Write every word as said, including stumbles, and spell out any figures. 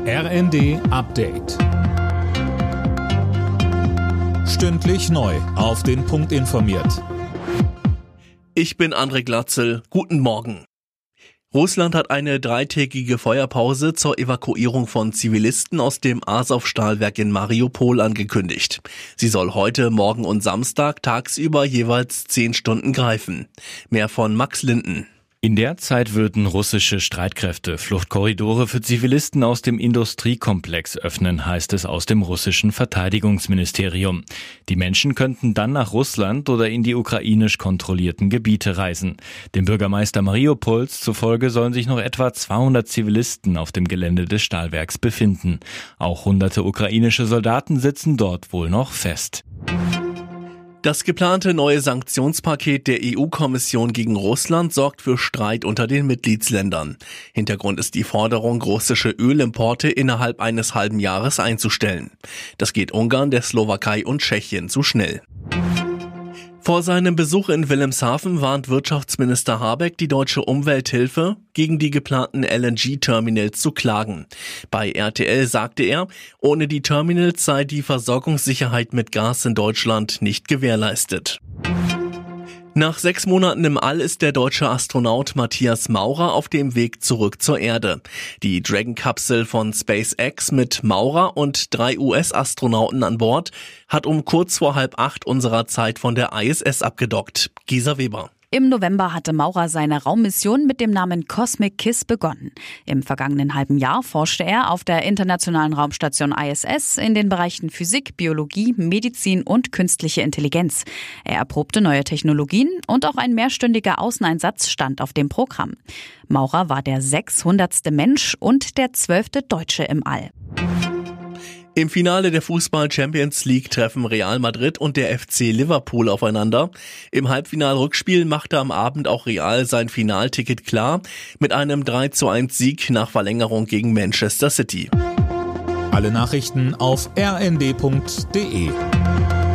R N D Update. Stündlich neu auf den Punkt informiert. Ich bin André Glatzel. Guten Morgen. Russland hat eine dreitägige Feuerpause zur Evakuierung von Zivilisten aus dem Asow-Stahlwerk in Mariupol angekündigt. Sie soll heute, morgen und Samstag tagsüber jeweils zehn Stunden greifen. Mehr von Max Linden. In der Zeit würden russische Streitkräfte Fluchtkorridore für Zivilisten aus dem Industriekomplex öffnen, heißt es aus dem russischen Verteidigungsministerium. Die Menschen könnten dann nach Russland oder in die ukrainisch kontrollierten Gebiete reisen. Dem Bürgermeister Mariupols zufolge sollen sich noch etwa zweihundert Zivilisten auf dem Gelände des Stahlwerks befinden. Auch hunderte ukrainische Soldaten sitzen dort wohl noch fest. Das geplante neue Sanktionspaket der E U-Kommission gegen Russland sorgt für Streit unter den Mitgliedsländern. Hintergrund ist die Forderung, russische Ölimporte innerhalb eines halben Jahres einzustellen. Das geht Ungarn, der Slowakei und Tschechien zu schnell. Vor seinem Besuch in Wilhelmshaven warnt Wirtschaftsminister Habeck die deutsche Umwelthilfe, gegen die geplanten L N G-Terminals zu klagen. Bei R T L sagte er, ohne die Terminals sei die Versorgungssicherheit mit Gas in Deutschland nicht gewährleistet. Nach sechs Monaten im All ist der deutsche Astronaut Matthias Maurer auf dem Weg zurück zur Erde. Die Dragon-Kapsel von SpaceX mit Maurer und drei U S-Astronauten an Bord hat um kurz vor halb acht unserer Zeit von der I S S abgedockt. Gisa Weber. Im November hatte Maurer seine Raummission mit dem Namen Cosmic Kiss begonnen. Im vergangenen halben Jahr forschte er auf der internationalen Raumstation I S S in den Bereichen Physik, Biologie, Medizin und künstliche Intelligenz. Er erprobte neue Technologien und auch ein mehrstündiger Außeneinsatz stand auf dem Programm. Maurer war der sechshundertste Mensch und der zwölfte Deutsche im All. Im Finale der Fußball-Champions League treffen Real Madrid und der F C Liverpool aufeinander. Im Halbfinal-Rückspiel machte am Abend auch Real sein Finalticket klar mit einem drei zu eins Sieg nach Verlängerung gegen Manchester City. Alle Nachrichten auf r n d punkt d e.